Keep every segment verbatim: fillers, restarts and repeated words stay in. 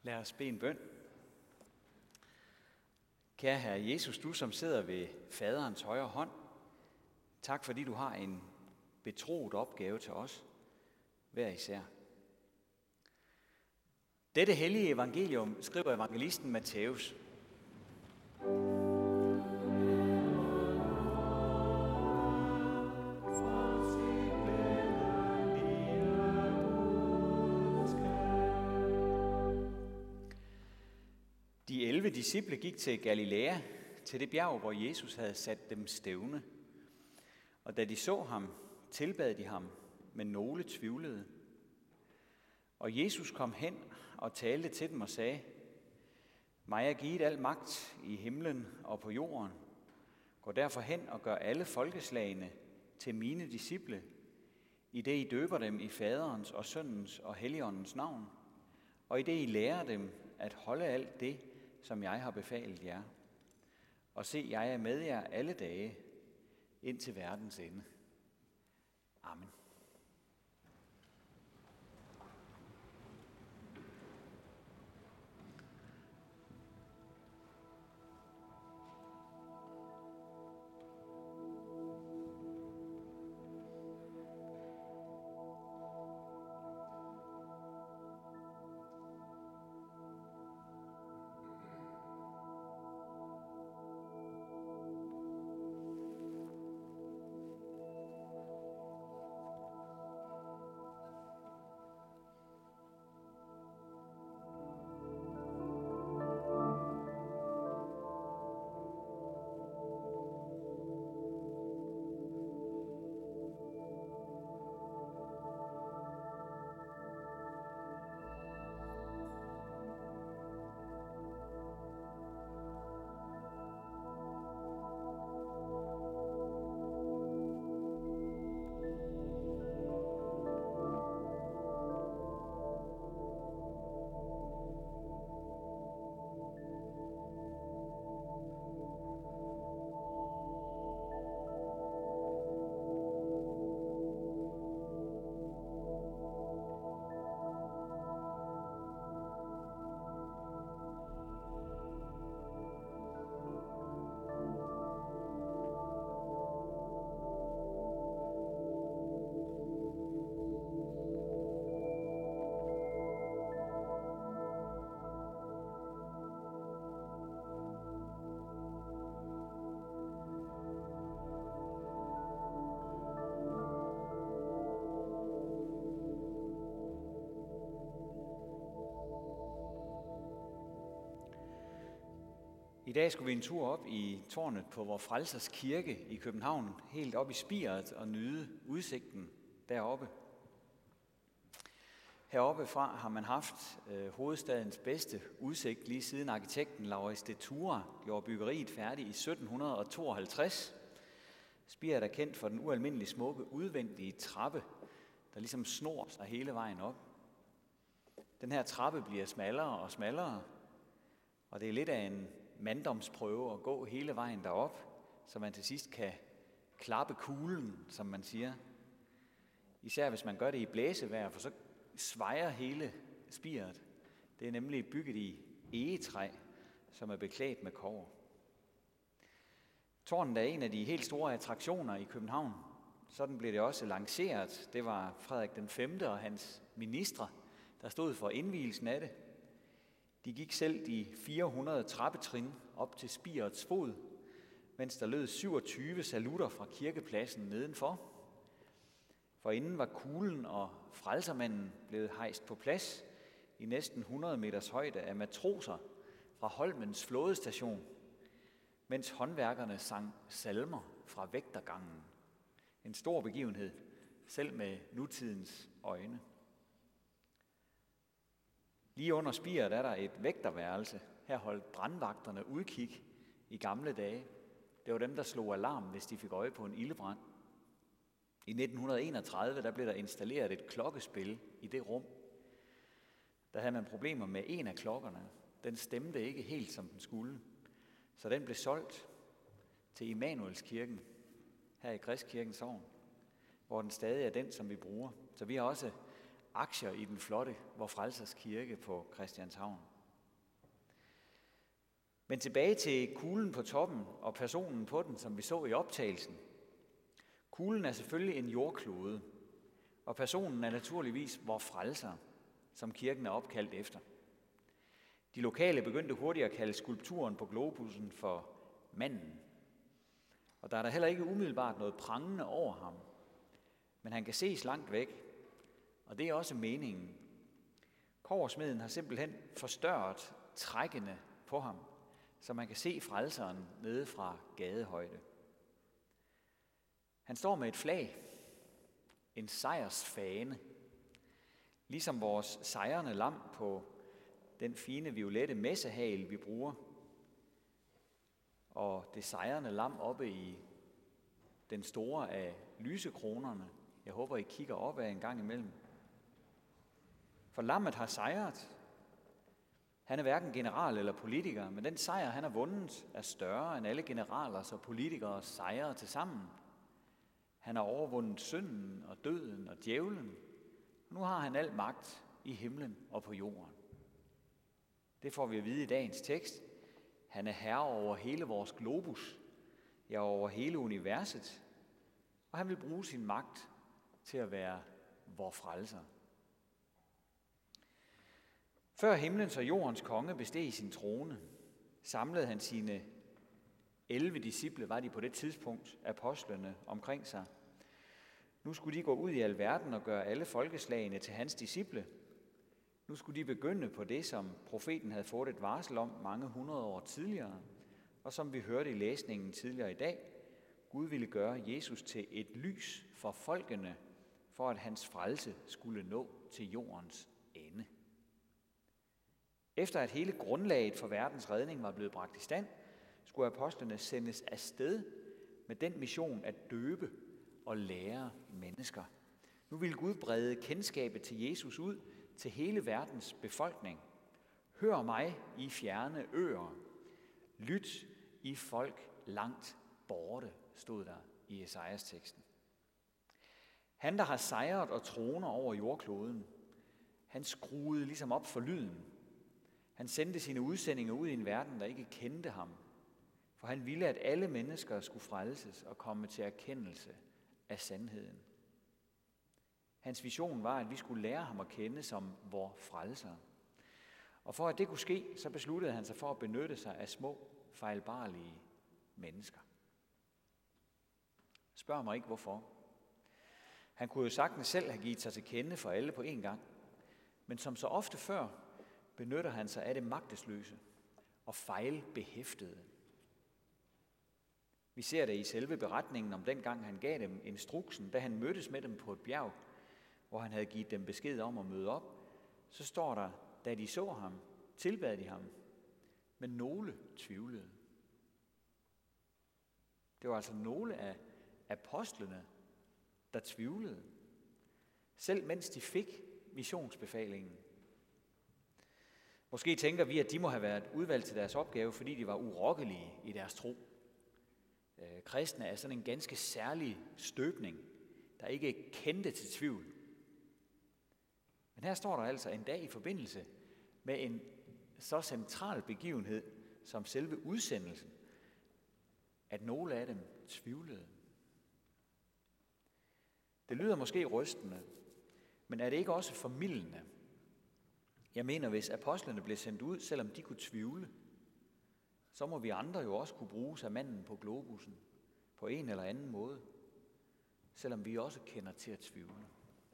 Lad os bede en bøn. Kære Herre Jesus, du som sidder ved faderens højre hånd, tak fordi du har en betroet opgave til os, hver især. Dette hellige evangelium skriver evangelisten Matthæus. De elleve disciple gik til Galilea, til det bjerg, hvor Jesus havde sat dem stævne. Og da de så ham, tilbad de ham, men nogle tvivlede. Og Jesus kom hen og talte til dem og sagde: Mig er givet al magt i himlen og på jorden. Gå derfor hen og gør alle folkeslagene til mine disciple, i det I døber dem i faderens og søndens og helligåndens navn, og i det I lærer dem at holde alt det, som jeg har befalet jer. Og se, jeg er med jer alle dage, indtil verdens ende. Amen. I dag skulle vi en tur op i tårnet på Vor Frelsers Kirke i København, helt op i spiret og nyde udsigten deroppe. Heroppe fra har man haft øh, hovedstadens bedste udsigt lige siden arkitekten Laurids de Thura gjorde byggeriet færdigt i sytten tooghalvtreds. Spiret er kendt for den ualmindelig smukke udvendige trappe, der ligesom snor sig hele vejen op. Den her trappe bliver smallere og smallere, og det er lidt af en manddomsprøve at gå hele vejen derop, så man til sidst kan klappe kuglen, som man siger. Især hvis man gør det i blæsevejr, for så svejer hele spiret. Det er nemlig bygget i egetræ, som er beklædt med kobber. Tårnet er en af de helt store attraktioner i København. Sådan blev det også lanceret. Det var Frederik den femte og hans ministre, der stod for indvielsen af det. De gik selv de fire hundrede trappetrin op til spirets fod, mens der lød syvogtyve salutter fra kirkepladsen nedenfor. For inden var kuglen og frelsermanden blevet hejst på plads i næsten hundrede meters højde af matroser fra Holmens flådestation, mens håndværkerne sang salmer fra vægtergangen. En stor begivenhed, selv med nutidens øjne. Lige under spiret er der et vægterværelse. Her holdt brandvagterne udkig i gamle dage. Det var dem, der slog alarm, hvis de fik øje på en ildebrand. I nitten enogtredive der blev der installeret et klokkespil i det rum. Der havde man problemer med en af klokkerne. Den stemte ikke helt, som den skulle. Så den blev solgt til Immanuelskirken, her i Kristkirkens sogn, hvor den stadig er den, som vi bruger. Så vi har også aktier i den flotte Vor Frelsers Kirke på Christianshavn. Men tilbage til kuglen på toppen og personen på den, som vi så i optagelsen. Kuglen er selvfølgelig en jordklode, og personen er naturligvis vor frelser, som kirken er opkaldt efter. De lokale begyndte hurtigt at kalde skulpturen på globussen for manden. Og der er der heller ikke umiddelbart noget prangende over ham, men han kan ses langt væk, og det er også meningen. Kobbersmeden har simpelthen forstørret trækkene på ham, så man kan se frelseren nede fra gadehøjde. Han står med et flag, en sejrsfane, ligesom vores sejrende lam på den fine violette messehagel, vi bruger, og det sejrende lam oppe i den store af lysekronerne. Jeg håber, I kigger op ad en gang imellem. For lammet har sejret. Han er hverken general eller politiker, men den sejr, han har vundet, er større end alle generalers og politikers sejre til sammen. Han har overvundet synden og døden og djævlen. Nu har han al magt i himlen og på jorden. Det får vi at vide i dagens tekst. Han er herre over hele vores globus, ja over hele universet, og han vil bruge sin magt til at være vor frelser. Før himlens og jordens konge besteg sin trone, samlede han sine elleve disciple, var de på det tidspunkt, apostlene, omkring sig. Nu skulle de gå ud i alverden og gøre alle folkeslagene til hans disciple. Nu skulle de begynde på det, som profeten havde fået et varsel om mange hundrede år tidligere, og som vi hørte i læsningen tidligere i dag. Gud ville gøre Jesus til et lys for folkene, for at hans frelse skulle nå til jordens ende. Efter at hele grundlaget for verdens redning var blevet bragt i stand, skulle apostlene sendes afsted med den mission at døbe og lære mennesker. Nu ville Gud brede kendskabet til Jesus ud til hele verdens befolkning. Hør mig, I fjerne øer. Lyt, I folk langt borte, stod der i Esajas teksten. Han, der har sejret og troner over jordkloden, han skruede ligesom op for lyden. Han sendte sine udsendinger ud i en verden, der ikke kendte ham, for han ville, at alle mennesker skulle frelses og komme til erkendelse af sandheden. Hans vision var, at vi skulle lære ham at kende som vor frelser. Og for at det kunne ske, så besluttede han sig for at benytte sig af små, fejlbarlige mennesker. Spørg mig ikke, hvorfor. Han kunne jo sagtens selv have givet sig til kende for alle på én gang, men som så ofte før, benytter han sig af det magtesløse og fejlbehæftede. Vi ser det i selve beretningen om dengang han gav dem instruksen, da han mødtes med dem på et bjerg, hvor han havde givet dem besked om at møde op. Så står der, da de så ham, tilbad de ham, men nogle tvivlede. Det var altså nogle af apostlene, der tvivlede, selv mens de fik missionsbefalingen. Måske tænker vi, at de må have været udvalgt til deres opgave, fordi de var urokkelige i deres tro. Øh, kristne er sådan en ganske særlig støbning, der ikke kendte til tvivl. Men her står der altså en dag i forbindelse med en så central begivenhed som selve udsendelsen, at nogle af dem tvivlede. Det lyder måske rystende, men er det ikke også formildende? Jeg mener, hvis apostlene blev sendt ud, selvom de kunne tvivle, så må vi andre jo også kunne bruges af manden på globussen på en eller anden måde, selvom vi også kender til at tvivle.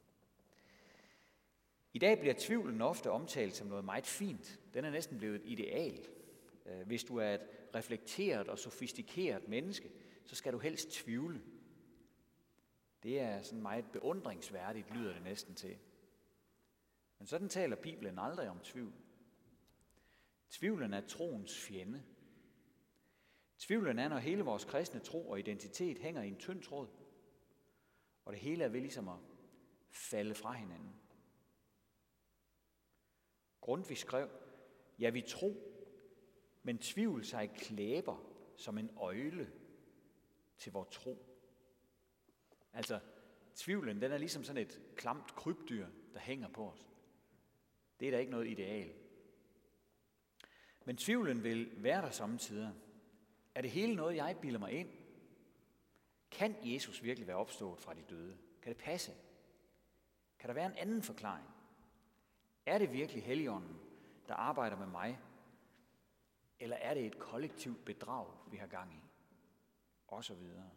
I dag bliver tvivlen ofte omtalt som noget meget fint. Den er næsten blevet et ideal. Hvis du er et reflekteret og sofistikeret menneske, så skal du helst tvivle. Det er sådan meget beundringsværdigt, lyder det næsten til. Men sådan taler Bibelen aldrig om tvivl. Tvivlen er troens fjende. Tvivlen er, når hele vores kristne tro og identitet hænger i en tynd tråd, og det hele er ved ligesom at falde fra hinanden. Grundtvig skrev, ja, vi tro, men tvivl sig klæber som en øgle til vor tro. Altså, tvivlen, den er ligesom sådan et klamt krybdyr, der hænger på os. Det er da ikke noget ideal. Men tvivlen vil være der samtidig. Er det hele noget, jeg bilder mig ind? Kan Jesus virkelig være opstået fra de døde? Kan det passe? Kan der være en anden forklaring? Er det virkelig Helligånden, der arbejder med mig? Eller er det et kollektivt bedrag, vi har gang i? Og så videre.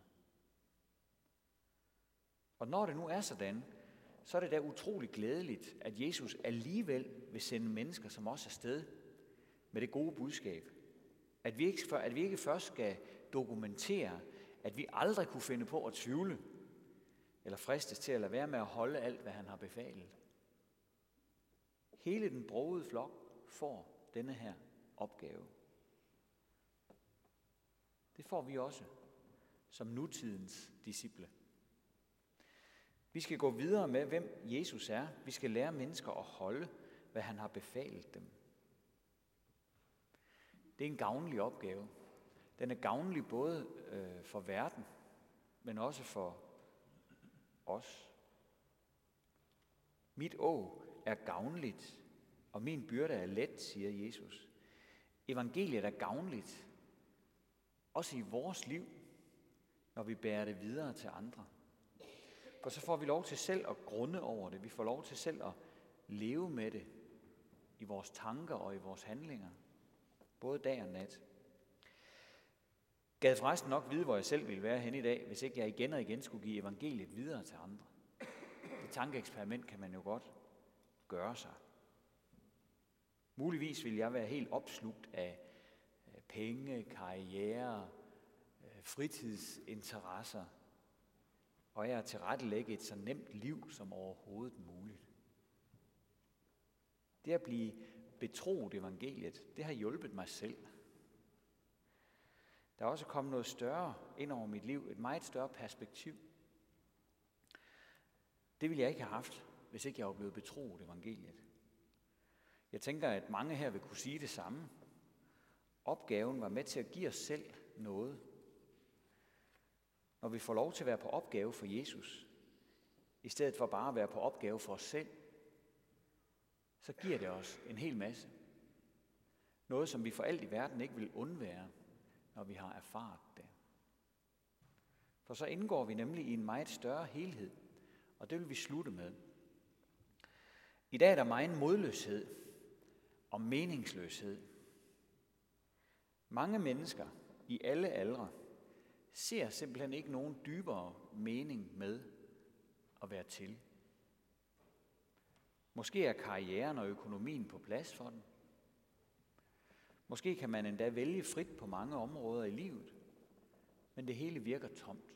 Og når det nu er sådan, så er det da utrolig glædeligt, at Jesus alligevel vil sende mennesker som os afsted med det gode budskab. At vi ikke, at vi ikke først skal dokumentere, at vi aldrig kunne finde på at tvivle, eller fristes til at lade være med at holde alt, hvad han har befalet. Hele den brogede flok får denne her opgave. Det får vi også som nutidens disciple. Vi skal gå videre med, hvem Jesus er. Vi skal lære mennesker at holde, hvad han har befalet dem. Det er en gavnlig opgave. Den er gavnlig både øh, for verden, men også for os. Mit åg er gavnligt, og min byrde er let, siger Jesus. Evangeliet er gavnligt, også i vores liv, når vi bærer det videre til andre. For så får vi lov til selv at grunde over det. Vi får lov til selv at leve med det i vores tanker og i vores handlinger. Både dag og nat. Gad forresten nok vide, hvor jeg selv ville være hen i dag, hvis ikke jeg igen og igen skulle give evangeliet videre til andre. Det tankeeksperiment kan man jo godt gøre sig. Muligvis ville jeg være helt opslugt af penge, karriere, fritidsinteresser, og jeg er tilrettelægge et så nemt liv som overhovedet muligt. Det at blive betroet evangeliet, det har hjulpet mig selv. Der er også kommet noget større ind over mit liv, et meget større perspektiv. Det ville jeg ikke have haft, hvis ikke jeg var blevet betroet evangeliet. Jeg tænker, at mange her vil kunne sige det samme. Opgaven var med til at give os selv noget. Når vi får lov til at være på opgave for Jesus, i stedet for bare at være på opgave for os selv, så giver det os en hel masse. Noget, som vi for alt i verden ikke vil undvære, når vi har erfaret det. For så indgår vi nemlig i en meget større helhed, og det vil vi slutte med. I dag er der meget modløshed og meningsløshed. Mange mennesker i alle aldre ser simpelthen ikke nogen dybere mening med at være til. Måske er karrieren og økonomien på plads for den. Måske kan man endda vælge frit på mange områder i livet, men det hele virker tomt.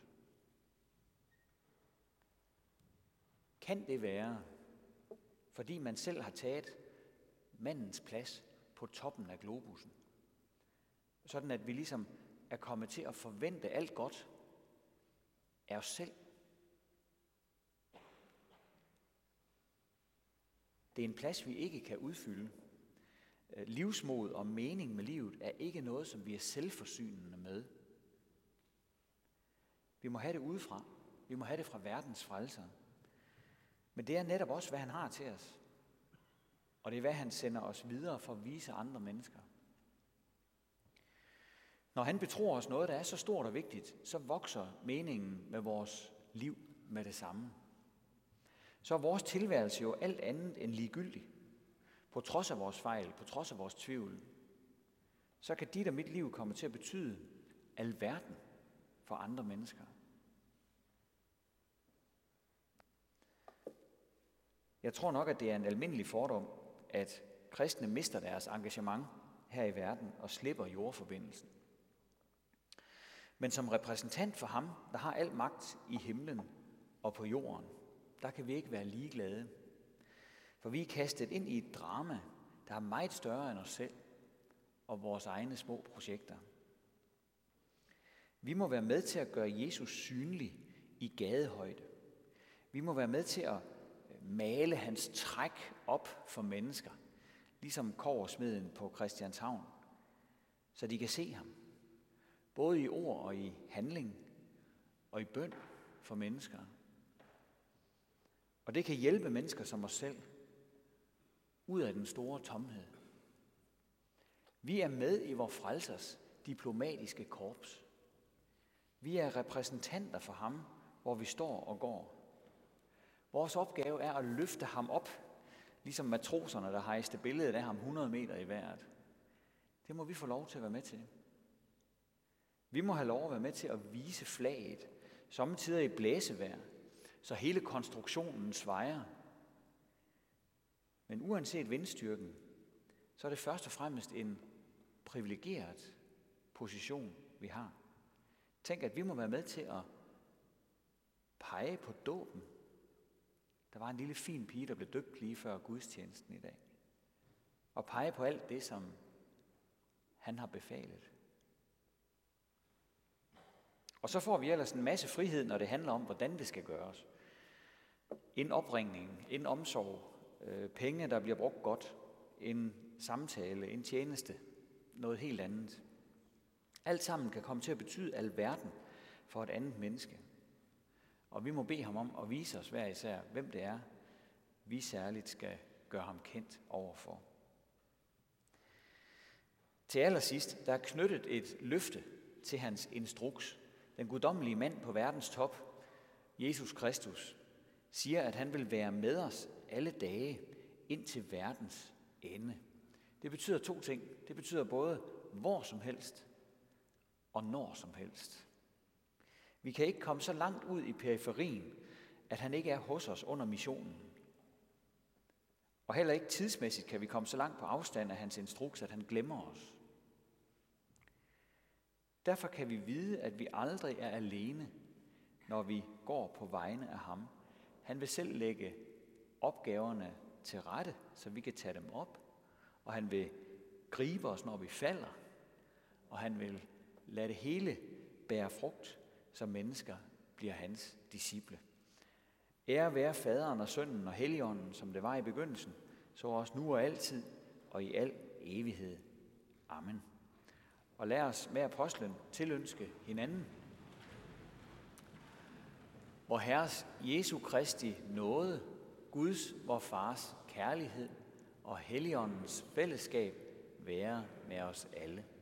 Kan det være, fordi man selv har taget mandens plads på toppen af globussen? Sådan at vi ligesom er kommet til at forvente alt godt af os selv. Det er en plads, vi ikke kan udfylde. Livsmod og mening med livet er ikke noget, som vi er selvforsynende med. Vi må have det udefra. Vi må have det fra verdens frelser. Men det er netop også, hvad han har til os. Og det er, hvad han sender os videre for at vise andre mennesker. Når han betror os noget, der er så stort og vigtigt, så vokser meningen med vores liv med det samme. Så er vores tilværelse jo alt andet end ligegyldig. På trods af vores fejl, på trods af vores tvivl, så kan dit og mit liv komme til at betyde alverden for andre mennesker. Jeg tror nok, at det er en almindelig fordom, at kristne mister deres engagement her i verden og slipper jordforbindelsen. Men som repræsentant for ham, der har al magt i himlen og på jorden, der kan vi ikke være ligeglade. For vi er kastet ind i et drama, der er meget større end os selv og vores egne små projekter. Vi må være med til at gøre Jesus synlig i gadehøjde. Vi må være med til at male hans træk op for mennesker, ligesom kobbersmeden på Christianshavn, så de kan se ham, både i ord og i handling og i bøn for mennesker. Og det kan hjælpe mennesker som os selv ud af den store tomhed. Vi er med i vor frelsers diplomatiske korps. Vi er repræsentanter for ham, hvor vi står og går. Vores opgave er at løfte ham op, ligesom matroserne, der hejste billedet af ham hundrede meter i vejret. Det må vi få lov til at være med til. Vi må have lov at være med til at vise flaget, sommetider i blæsevejr, så hele konstruktionen svejer. Men uanset vindstyrken, så er det først og fremmest en privilegeret position, vi har. Tænk, at vi må være med til at pege på dåben. Der var en lille fin pige, der blev døbt lige før gudstjenesten i dag. Og pege på alt det, som han har befalet. Og så får vi ellers en masse frihed, når det handler om, hvordan det skal gøres. En opringning, en omsorg, øh, penge, der bliver brugt godt, en samtale, en tjeneste, noget helt andet. Alt sammen kan komme til at betyde alverden for et andet menneske. Og vi må bede ham om at vise os hver især, hvem det er, vi særligt skal gøre ham kendt overfor. Til allersidst, der er knyttet et løfte til hans instruks. Den guddommelige mand på verdens top, Jesus Kristus, siger, at han vil være med os alle dage ind til verdens ende. Det betyder to ting. Det betyder både hvor som helst og når som helst. Vi kan ikke komme så langt ud i periferien, at han ikke er hos os under missionen. Og heller ikke tidsmæssigt kan vi komme så langt på afstand af hans instruks, at han glemmer os. Derfor kan vi vide, at vi aldrig er alene, når vi går på vegne af ham. Han vil selv lægge opgaverne til rette, så vi kan tage dem op. Og han vil gribe os, når vi falder. Og han vil lade det hele bære frugt, så mennesker bliver hans disciple. Ære være faderen og sønnen og helligånden, som det var i begyndelsen, så også nu og altid og i al evighed. Amen. Og lad os med apostlen tilønske hinanden. Vor Herres Jesu Kristi nåde, Guds, vor Fars kærlighed og Helligåndens fællesskab være med os alle.